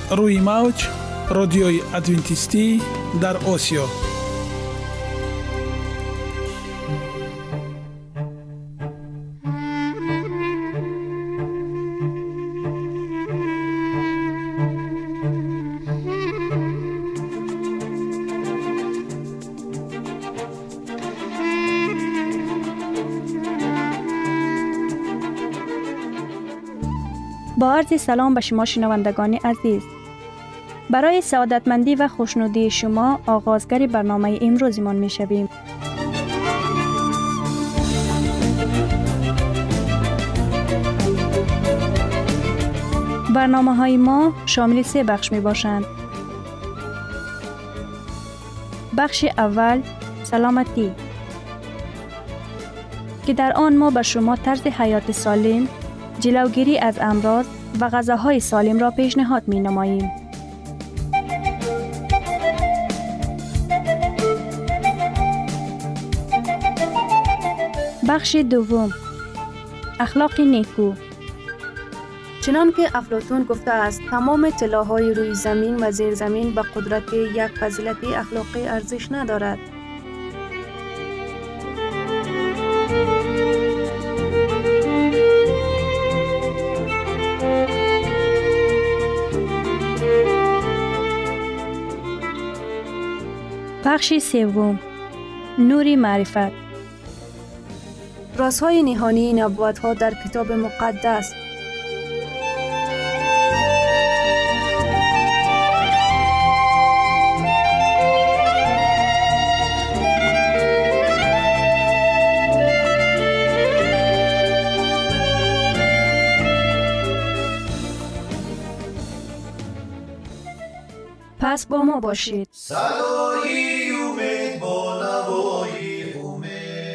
روی موج رادیوی ادوینتیستی در آسیا. با عرض سلام به شما شنوندگان عزیز. برای سعادتمندی و خوشنودی شما آغازگر برنامه امروزمان می شویم. برنامه های ما شامل 3 بخش می باشند. بخش اول سلامتی که در آن ما به شما طرز حیات سالم، جلوگیری از امراض و غذاهای سالم را پیشنهاد می نماییم. بخش دوم اخلاق نیکو. چنان که افلاطون گفته است تمام طلاهای روی زمین و زیر زمین به قدرت یک فضیلت اخلاقی ارزش ندارد. بخش سوم نور معرفت. رازهای نهانی نبوت‌ها در کتاب مقدس. پس با ما باشید. صدای امید با نوای امید.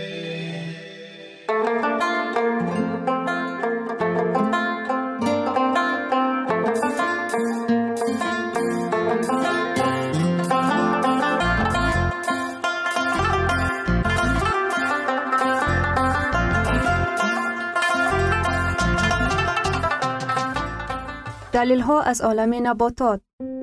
دلیل ها از عالم نباتات.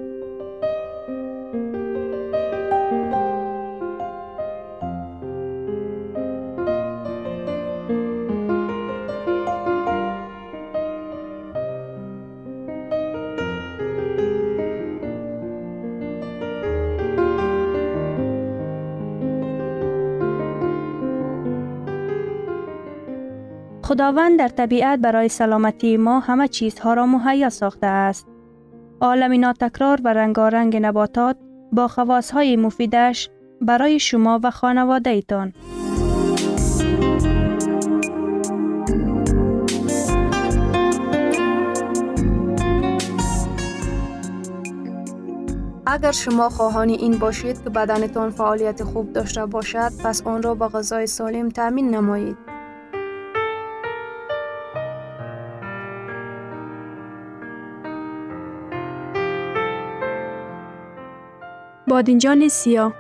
خداوند در طبیعت برای سلامتی ما همه چیزها را مهیا ساخته است. عالم ناتکرار و رنگارنگ نباتات با خواصهای مفیدش برای شما و خانواده ایتان. اگر شما خواهان این باشید که بدنتان فعالیت خوب داشته باشد، پس آن را با غذای سالم تامین نمایید. بادمجان سیاه.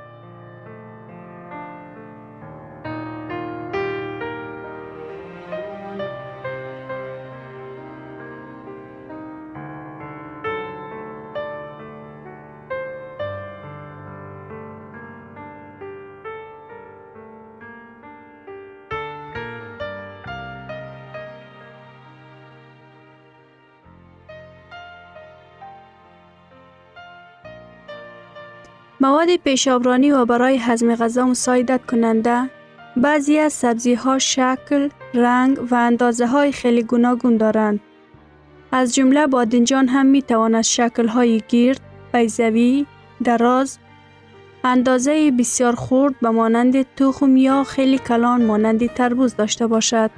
مواد پیشابرانی و برای هضم غذا مساعدت کننده. بعضی از سبزی ها شکل، رنگ و اندازه های خیلی گوناگون دارند. از جمله بادمجان هم می تواند شکل های گرد، بیضوی، دراز، اندازه بسیار خرد به مانند تخم یا خیلی کلان مانند تربوز داشته باشد.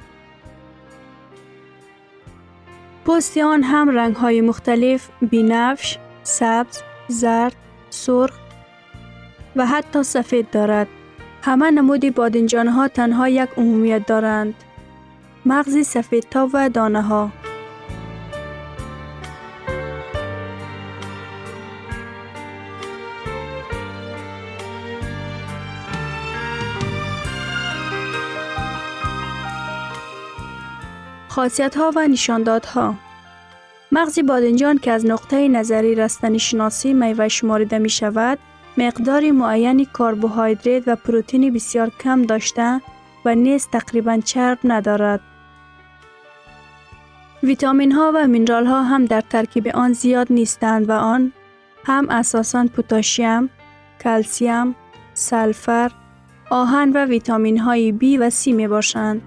پوست آن هم رنگ های مختلف بنفش، سبز، زرد، سرخ و حتی سفید دارد. همه نمود بادمجان ها تنها یک عمومیت دارند: مغز سفیدتاب و دانه ها. خاصیت ها و نشاندادها. مغز بادنجان که از نقطه نظری رستنی شناسی میوه شمارده می شود، مقدار معینی کربوهیدرات و پروتئین بسیار کم داشته و نیز تقریباً چرب ندارد. ویتامین ها و مینرال ها هم در ترکیب آن زیاد نیستند و آن هم اساساً پتاسیم، کلسیم، سلفر، آهن و ویتامین های B و C می باشند.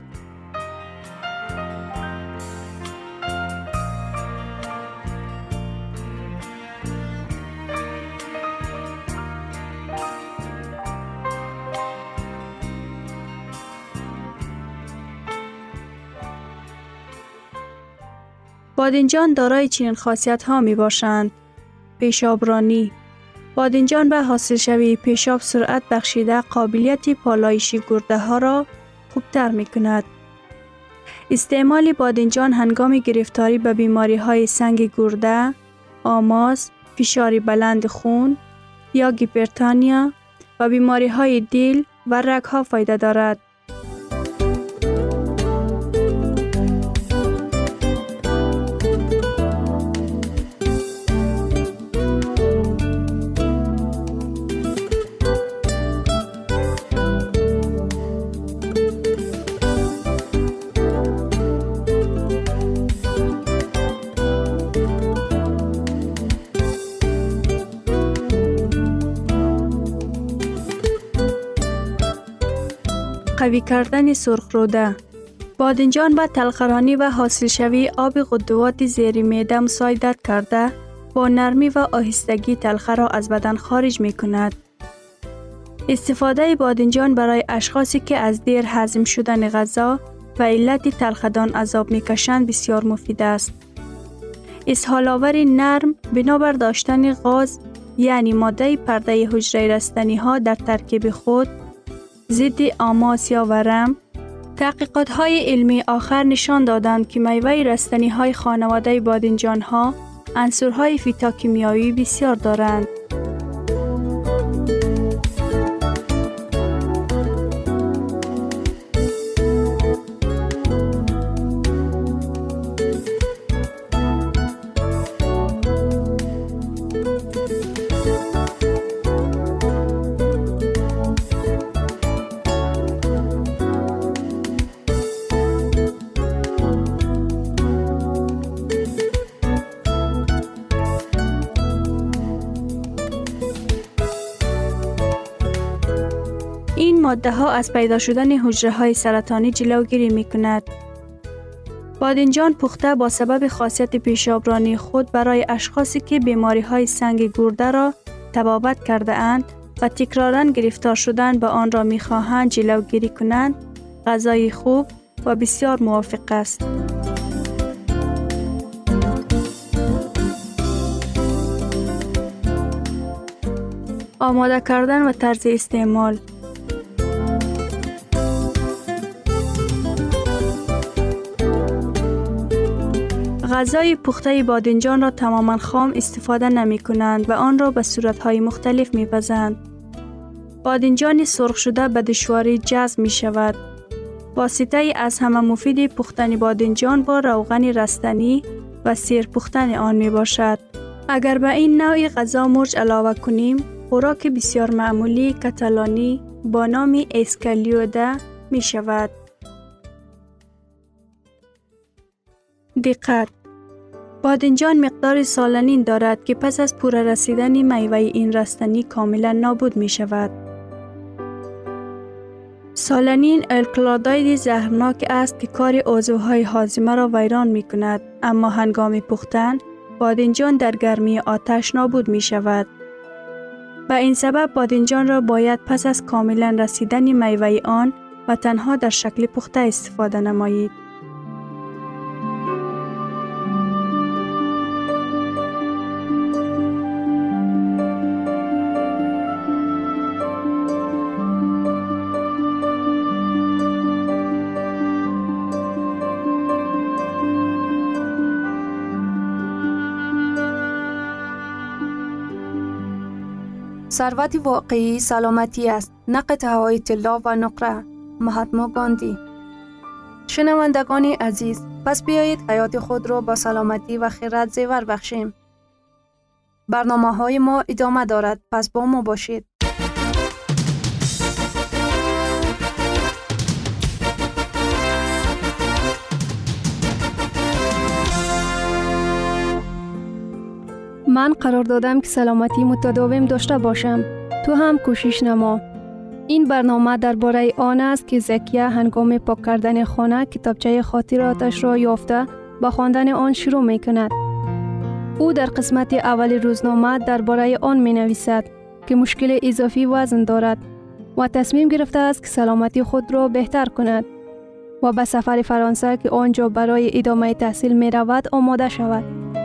بادنجان دارای چنین خاصیت ها می باشند. پیشابرانی. بادنجان به حاصل شوی پیشاب سرعت بخشیده قابلیت پالایشی گرده ها را خوبتر می کند. استعمال بادنجان هنگام گرفتاری به بیماری های سنگ گرده، آماس، فشار بلند خون یا هیپرتانیا و بیماری های دل و رگ ها فایده دارد. قوی کردن سرخروده. بادنجان به تلخرانی و حاصل شوی آب غدوات زیر معده مساعدت کرده با نرمی و آهستگی تلخ را از بدن خارج می کند. استفاده بادنجان برای اشخاصی که از دیر هضم شدن غذا و علت تلخدان عذاب می کشند بسیار مفید است. اسهال‌آور نرم بنابر داشتن غاز یعنی ماده پرده حجره رستنی ها در ترکیب خود ضد آماس یا ورم. تحقیقات های علمی آخر نشان دادند که میوه رستنی های خانواده بادنجان ها عناصرهای فیتوکیمیایی بسیار دارند. این ماده ها از پیدا شدن حجره های سرطانی جلوگیری می کند. بادنجان پخته با سبب خاصیت پیشابرانی خود برای اشخاصی که بیماری های سنگ گرده را تبابت کرده اند و تکراراً گرفتار شدن به آن را می خواهند جلوگیری کنند، غذای خوب و بسیار موافق است. آماده کردن و طرز استعمال. غذای پخته بادنجان را تماما خام استفاده نمی کنند و آن را به صورتهای مختلف می پزند. بادنجان سرخ شده به دشواری جذب می شود. واسطه از همه مفید پختن بادنجان با روغن رستنی و سیر پختن آن می باشد. اگر به این نوع غذا مرچ علاوه کنیم، خوراک بسیار معمولی کاتالانی با نام اسکالیوده می شود. دقت: بادنجان مقدار سالنین دارد که پس از پوره رسیدن میوه این رستنی کاملا نابود می شود. سالنین الکالوئید زهرناک است که کار عضوهای هاضمه را ویران می کند، اما هنگام پختن بادنجان در گرمی آتش نابود می شود. به این سبب بادنجان را باید پس از کاملا رسیدن میوه آن و تنها در شکل پخته استفاده نمایید. ثروت واقعی سلامتی است، نه قطعه‌های طلا و نقره. مهاتما گاندی. شنوندگان عزیز، پس بیایید حیات خود را با سلامتی و خیرات زیور بخشیم. برنامه‌های ما ادامه دارد، پس با ما باشید. من قرار دادم که سلامتی متداوم داشته باشم. تو هم کوشش نما. این برنامه درباره آن است که زکیه هنگام پاک کردن خانه کتابچه خاطراتش را یافته با خواندن آن شروع می کند. او در قسمت اول روزنامه درباره آن می نویسد که مشکل اضافی وزن دارد و تصمیم گرفته است که سلامتی خود را بهتر کند و به سفر فرانسه که آنجا برای ادامه تحصیل می رود آماده شود.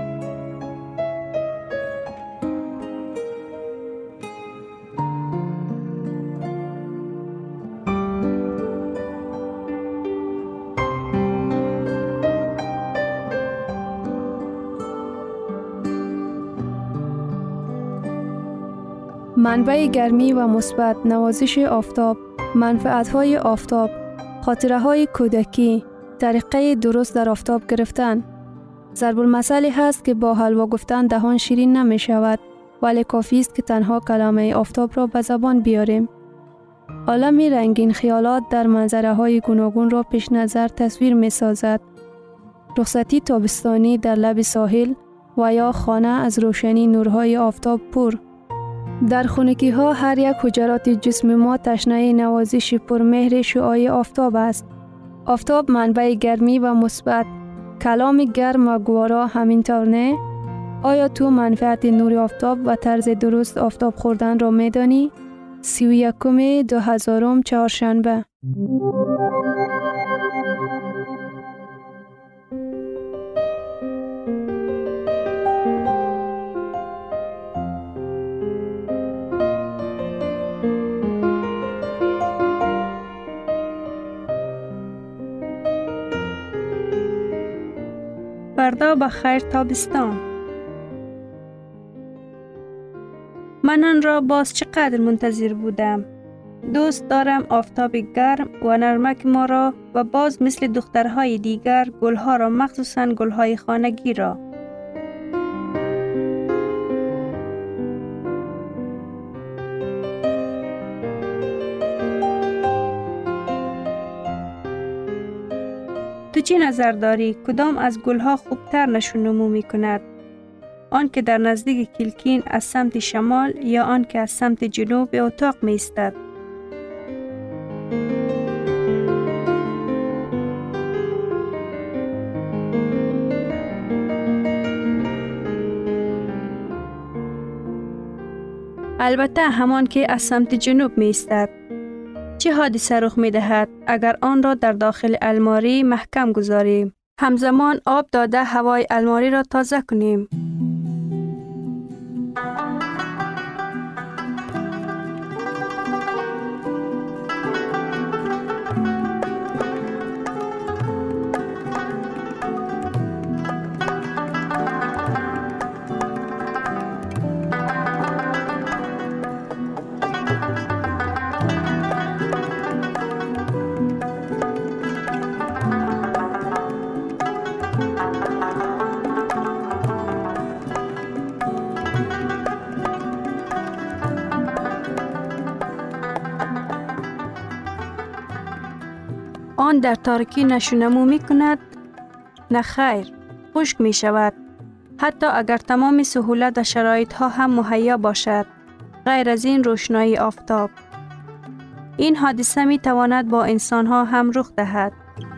منبع گرمی و مثبت، نوازش آفتاب، منفعت‌های آفتاب، خاطره‌های کودکی، طریقه درست در آفتاب گرفتن. ضرب المثلی هست که با حلوا گفتن دهان شیرین نمی شود، ولی کافی است که تنها کلمه آفتاب را به زبان بیاریم. عالمی رنگین خیالات در منظره‌های گوناگون را پیش نظر تصویر می سازد. رخصتی تابستانی در لب ساحل و یا خانه از روشنی نورهای آفتاب پر. در خونگی ها هر یک حجرات جسم ما تشنه نوازش پرمهر شعاع آفتاب است. آفتاب منبع گرمی و مثبت. کلام گرم و گوارا همینطور نه؟ آیا تو منفعت نور آفتاب و طرز درست آفتاب خوردن را می دانی؟ 31 چهارشنبه. فردا بخیر تابستان. من آن را باز چقدر منتظر بودم. دوست دارم آفتاب گرم و نرمک ما را و باز مثل دخترهای دیگر گلها را، مخصوصاً گلهای خانگی را. تو چی نظر داری؟ کدام از گلها خوبتر نشونمو می کند؟ آن که در نزدیک کلکین از سمت شمال یا آن که از سمت جنوب به اتاق می ایستد؟ البته همان که از سمت جنوب می ایستد. چه حادثه رخ می دهد اگر آن را در داخل الماری محکم گذاریم؟ همزمان آب داده هوای الماری را تازه کنیم. آن در تاریکی نشونمو می کند؟ نه خیر، خشک می شود. حتی اگر تمام سهولت و شرایط ها هم مهیا باشد، غیر از این روشنایی آفتاب. این حادثه می تواند با انسان ها هم رخ دهد.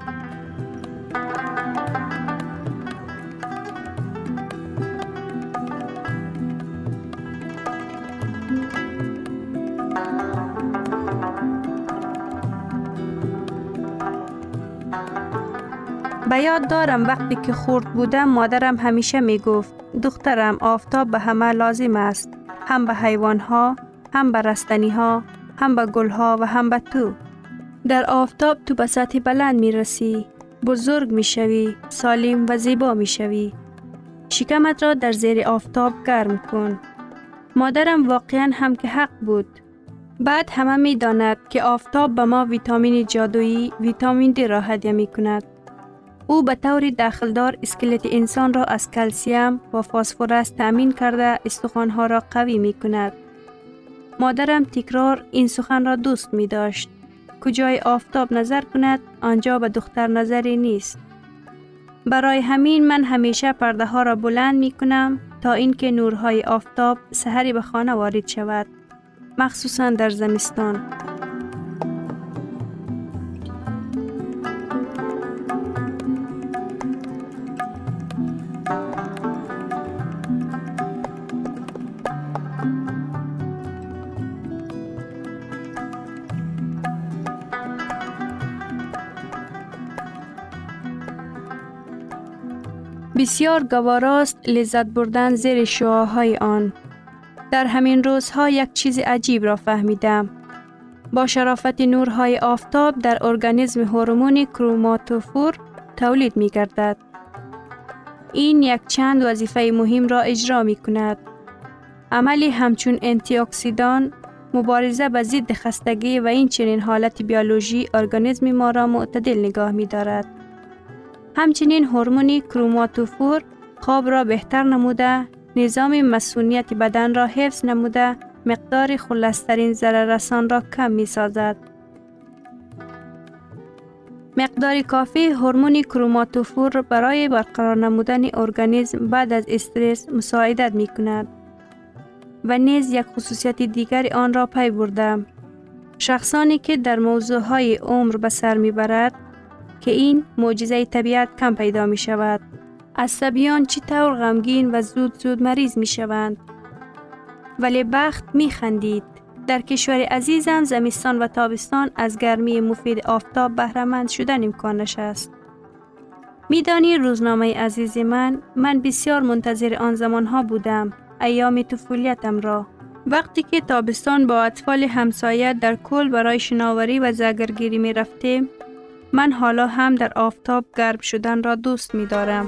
به یاد دارم وقتی که خرد بودم مادرم همیشه می گفت دخترم آفتاب به همه لازم است، هم به حیوانها، هم به رستنیها، هم به گلها و هم به تو. در آفتاب تو به سطح بلند می رسی، بزرگ می شوی، سالم و زیبا می شوی. شکمت را در زیر آفتاب گرم کن. مادرم واقعا هم که حق بود. بعد همه می داند که آفتاب به ما ویتامین جادویی، ویتامین دی را هدیه می کند. او به طور داخلدار اسکلت انسان را از کلسیم و فسفرس تأمین کرده استخوان‌ها را قوی می کند. مادرم تکرار این سخن را دوست می داشت. کجای آفتاب نظر کند آنجا به دختر نظری نیست. برای همین من همیشه پرده ها را بلند می کنم تا اینکه نورهای آفتاب سحری به خانه وارد شود، مخصوصا در زمستان. بسیار گواراست لذت بردن زیر شعاعهای آن. در همین روزها یک چیز عجیب را فهمیدم. با شرافت نورهای آفتاب در ارگانیسم هورمون کروماتوفور تولید می گردد. این یک چند وظیفه مهم را اجرا می کند. عملی همچون انتی اکسیدان، مبارزه با ضد خستگی و این چنین حالت بیولوژی ارگانیسم ما را معتدل نگاه می دارد. همچنین هورمون کروماتوفور خواب را بهتر نموده، نظام مسئولیت بدن را حفظ نموده، مقدار خلصترین ضرررسان را کم می سازد. مقدار کافی هورمون کروماتوفور برای برقرار نمودن ارگانیسم بعد از استرس مساعدت می کند. و نیز یک خصوصیت دیگر آن را پی بردم. شخصانی که در موضوعهای عمر به سر می برد که این معجزه طبیعت کم پیدا می شود. عصبیان چطور غمگین و زود مریض می شوند. ولی بخت می خندید. در کشور عزیزم زمستان و تابستان از گرمی مفید آفتاب بهره‌مند شدن امکانش است. میدانی روزنامه عزیز من بسیار منتظر آن زمانها بودم، ایام طفولیتم را. وقتی که تابستان با اطفال همسایه در کل برای شناوری و زگرگیری می رفتیم، من حالا هم در آفتاب گرم شدن را دوست می دارم.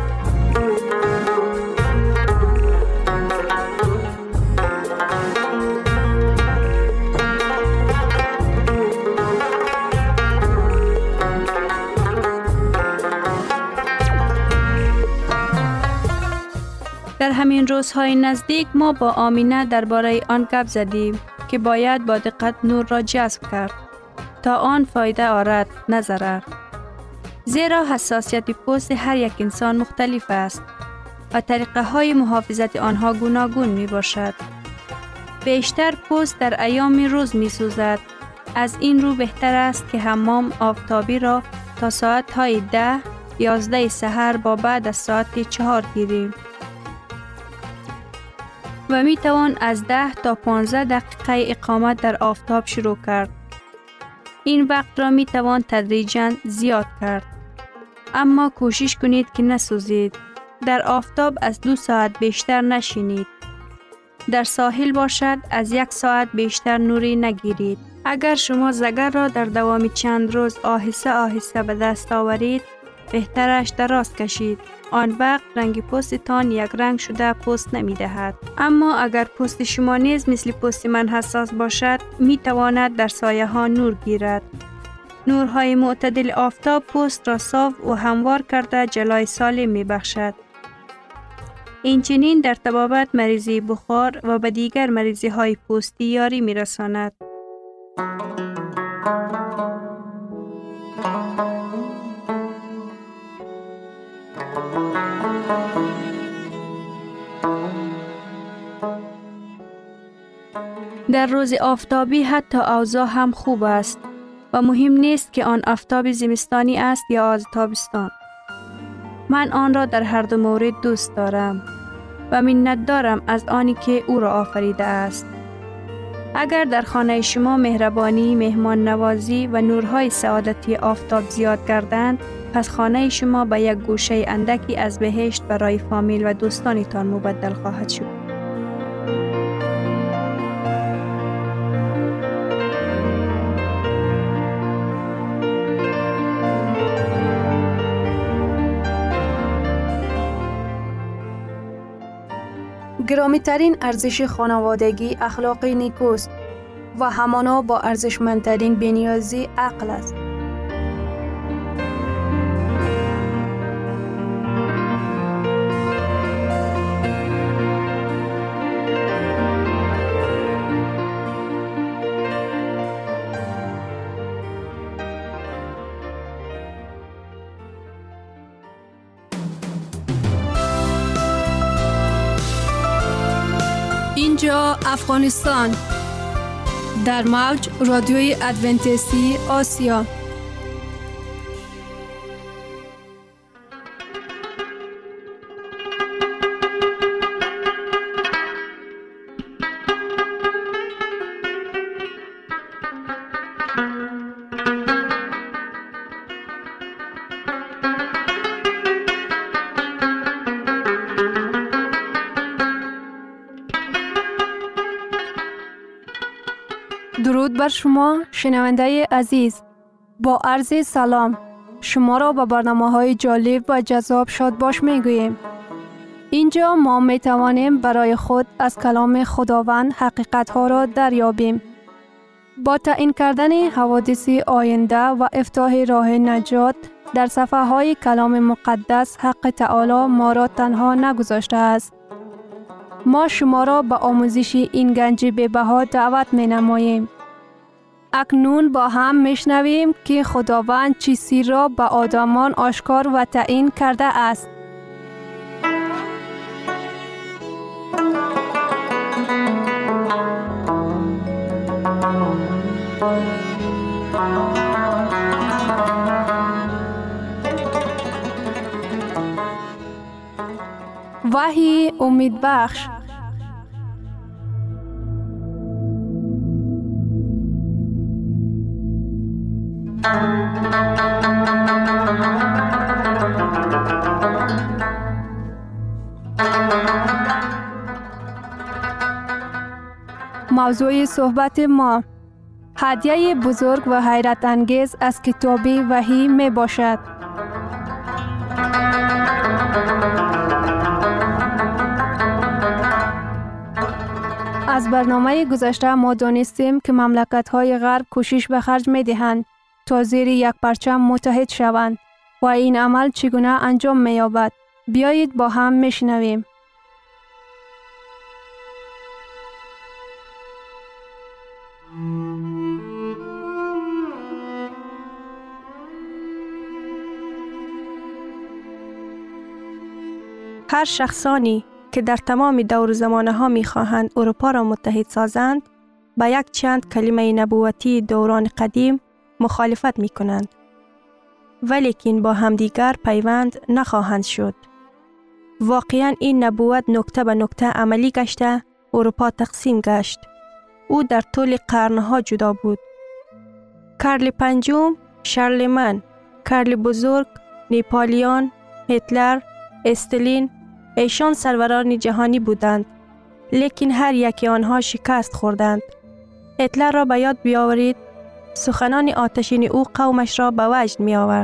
در همین روزهای نزدیک ما با آمینه درباره آن گپ زدیم که باید با دقت نور را جذب کرد تا آن فایده آرد نه ضرر. زیرا حساسیت پوست هر یک انسان مختلف است و طریقه های محافظت آنها گوناگون می باشد. بیشتر پوست در ایام روز می سوزد. از این رو بهتر است که حمام آفتابی را تا ساعت های 10-11 سحر با بعد از ساعت 4 گیریم. و می توان از 10 تا 15 دقیقه اقامت در آفتاب شروع کرد. این وقت را می توان تدریجاً زیاد کرد. اما کوشش کنید که نسوزید. در آفتاب از 2 ساعت بیشتر نشینید. در ساحل باشد از 1 ساعت بیشتر نوری نگیرید. اگر شما زگر را در دوام چند روز آهسته به دست آورید، بهترش دراز کشید. آن وقت رنگ پوستتان یک رنگ شده پوست نمی دهد. اما اگر پوست شما نیز مثل پوست من حساس باشد، می تواند در سایه ها نور گیرد. نورهای معتدل آفتاب پوست را صاف و هموار کرده جلای سالم می بخشد. این چنین در طبابت مریضی بخار و به دیگر مریضی های پوستی یاری می رساند. در روز آفتابی حتی اوضاع هم خوب است و مهم نیست که آن آفتاب زمستانی است یا از تابستان. من آن را در هر دو مورد دوست دارم و منت دارم از آنی که او را آفریده است. اگر در خانه شما مهربانی، مهمان نوازی و نورهای سعادتی آفتاب زیاد گردند، پس خانه شما به یک گوشه اندکی از بهشت برای فامیل و دوستانتان مبدل خواهد شد. گرامی‌ترین ارزش خانوادگی اخلاق نیکوست و همانا با ارزشمندترین بی‌نیازی عقل است. اینجا افغانستان در موج رادیوی ادونتیستی آسیا. درود بر شما شنونده عزیز. با عرض سلام شما را به برنامه‌های جالب و جذاب شاد باش می‌گوییم. اینجا ما می‌توانیم برای خود از کلام خداوند حقیقت‌ها را دریابیم. با تعیین کردن حوادث آینده و افتتاح راه نجات در صفحه‌های کلام مقدس، حق تعالی ما را تنها نگذاشته است. ما شما را به آموزش این گنج بی‌بها دعوت می‌نماییم. اکنون با هم میشنویم که خداوند چیزی را به آدمان آشکار و تعیین کرده است. وحی امید بخش. موضوع صحبت ما هدیه بزرگ و حیرت انگیز از کتاب وحی می باشد. از برنامه گذشته ما دانستیم که مملکت‌های غرب کوشش به خرج می‌دهند تا زیر یک پرچم متحد شوند و این عمل چگونه انجام می‌یابد. بیایید با هم می‌شنویم. هر شخصانی که در تمام دور زمانه ها می خواهند اروپا را متحد سازند، با یک چند کلمه نبوتی دوران قدیم مخالفت می کنند. ولیکن با همدیگر پیوند نخواهند شد. واقعاً این نبوت نکته به نکته عملی گشته اروپا تقسیم گشت. او در طول قرنها جدا بود. کارل پنجم، شارلمان، کارل بزرگ، نپالیون، هیتلر، استالین، ایشان سروران جهانی بودند. لیکن هر یکی آنها شکست خوردند. هیتلر را به یاد بیاورید، سخنان آتشین او قومش را به وجد می آورد.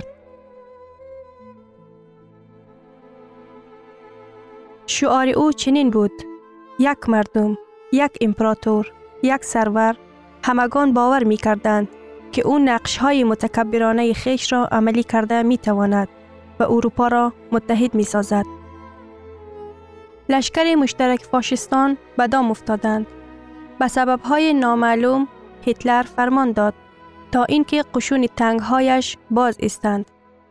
شعار او چنین بود: یک مردم، یک امپراتور، یک سرور. همگان باور می کردند که او نقش های متکبرانه خیش را عملی کرده می تواند و اروپا را متحد می سازد. لشکر مشترک فاشیستان به دام افتادند. به سبب‌های نامعلوم هیتلر فرمان داد تا اینکه قشون تنگ‌هایش باز ایستند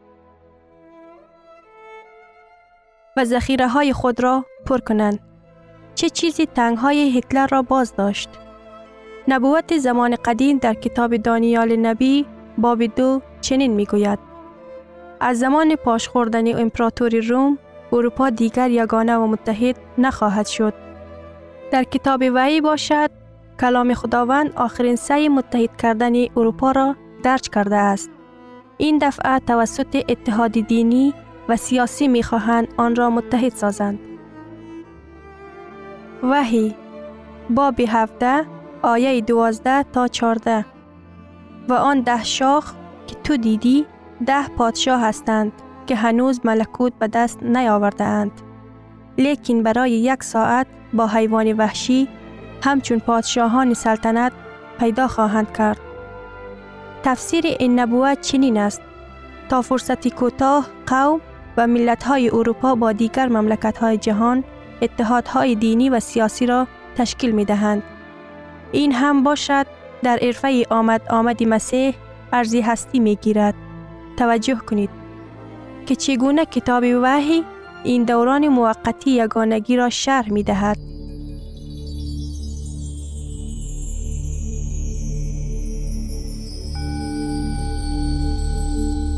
و ذخیره‌های خود را پر کنند. چه چیزی تنگ‌های هیتلر را باز داشت؟ نبوت زمان قدیم در کتاب دانیال نبی باب 2 چنین می‌گوید: از زمان پاش خوردن امپراتوری روم، اروپا دیگر یگانه و متحد نخواهد شد. در کتاب وحی باشد کلام خداوند آخرین سعی متحد کردن اروپا را درج کرده است. این دفعه توسط اتحاد دینی و سیاسی می‌خواهند آن را متحد سازند. وحی باب 17 آیه 12 تا 14. و آن 10 شاخ که تو دیدی 10 پادشاه هستند که هنوز ملکوت به دست نیاورده اند. لیکن برای 1 ساعت با حیوان وحشی همچون پادشاهان سلطنت پیدا خواهند کرد. تفسیر این نبوت چنین است: تا فرصتی کوتاه قوم و ملت‌های اروپا با دیگر مملکت‌های جهان اتحادهای دینی و سیاسی را تشکیل می‌دهند. این هم باشد در عرفه آمد مسیح ارزی هستی می‌گیرد. توجه کنید که چگونه کتاب وحی این دوران موقتی یگانگی را شرح می‌دهد.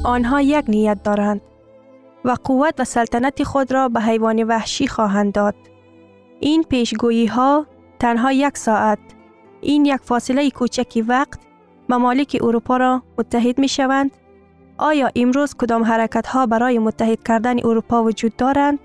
آنها یک نیت دارند و قوت و سلطنت خود را به حیوان وحشی خواهند داد. این پیشگویی ها تنها 1 ساعت، این یک فاصله کوچکی وقت ممالک اروپا را متحد می شوند. آیا امروز کدام حرکت ها برای متحد کردن اروپا وجود دارند؟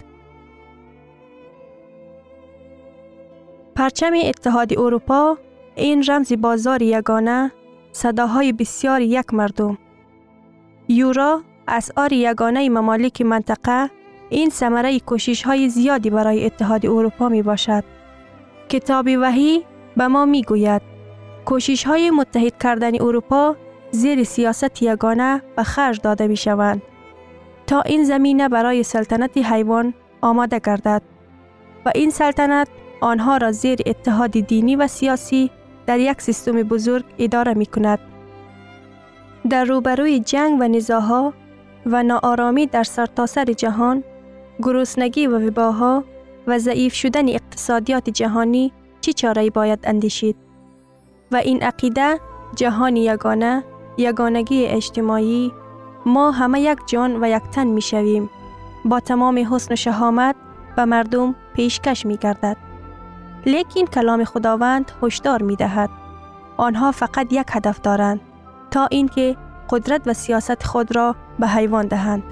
پرچم اتحاد اروپا، این رمز بازار یگانه، صداهای بسیار یک مردم. یورو، اسعار یگانه ممالک منطقه، این ثمره کوشش های زیادی برای اتحاد اروپا می باشد. کتاب وحی به ما می گوید کوشش های متحد کردن اروپا زیر سیاست یگانه به خرج داده می شوند تا این زمینه برای سلطنت حیوان آماده گردد و این سلطنت آنها را زیر اتحاد دینی و سیاسی در یک سیستم بزرگ اداره می کند. در روبروی جنگ و نزاع‌ها و ناآرامی در سرتاسر جهان، گرسنگی و وباها و ضعیف شدن اقتصادیات جهانی چه چاره‌ای باید اندیشید؟ و این عقیده جهان یگانه، یگانگی اجتماعی، ما همه یک جان و یک تن می شویم، با تمام حسن و شهامت به مردم پیشکش می گردد. لیکن کلام خداوند هشدار می دهد. آنها فقط یک هدف دارند تا اینکه قدرت و سیاست خود را به حیوان دهند.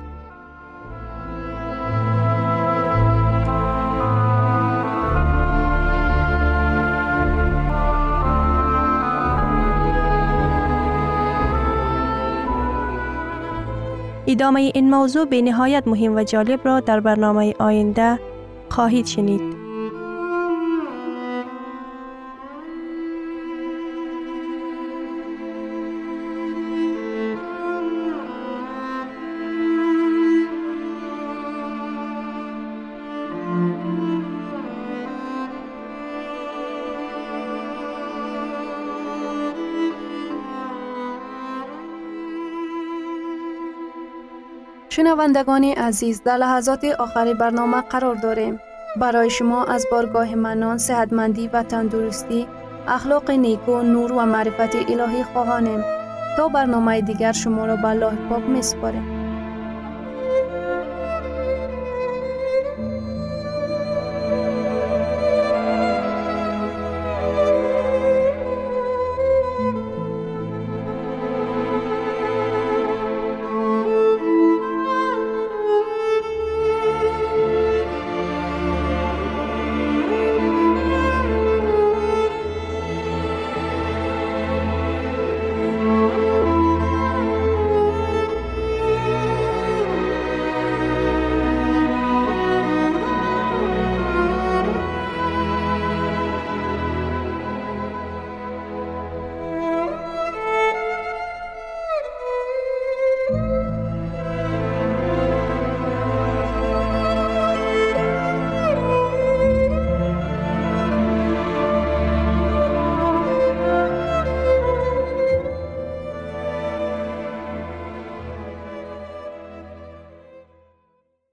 ادامه این موضوع به نهایت مهم و جالب را در برنامه آینده خواهید شنید. شنوندگان عزیز، در لحظات آخری برنامه قرار داریم. برای شما از بارگاه منان، صحتمندی و تندرستی، اخلاق نیکو، نور و معرفت الهی خواهانیم. تا برنامه دیگر شما را به الله پاک می‌سپاریم.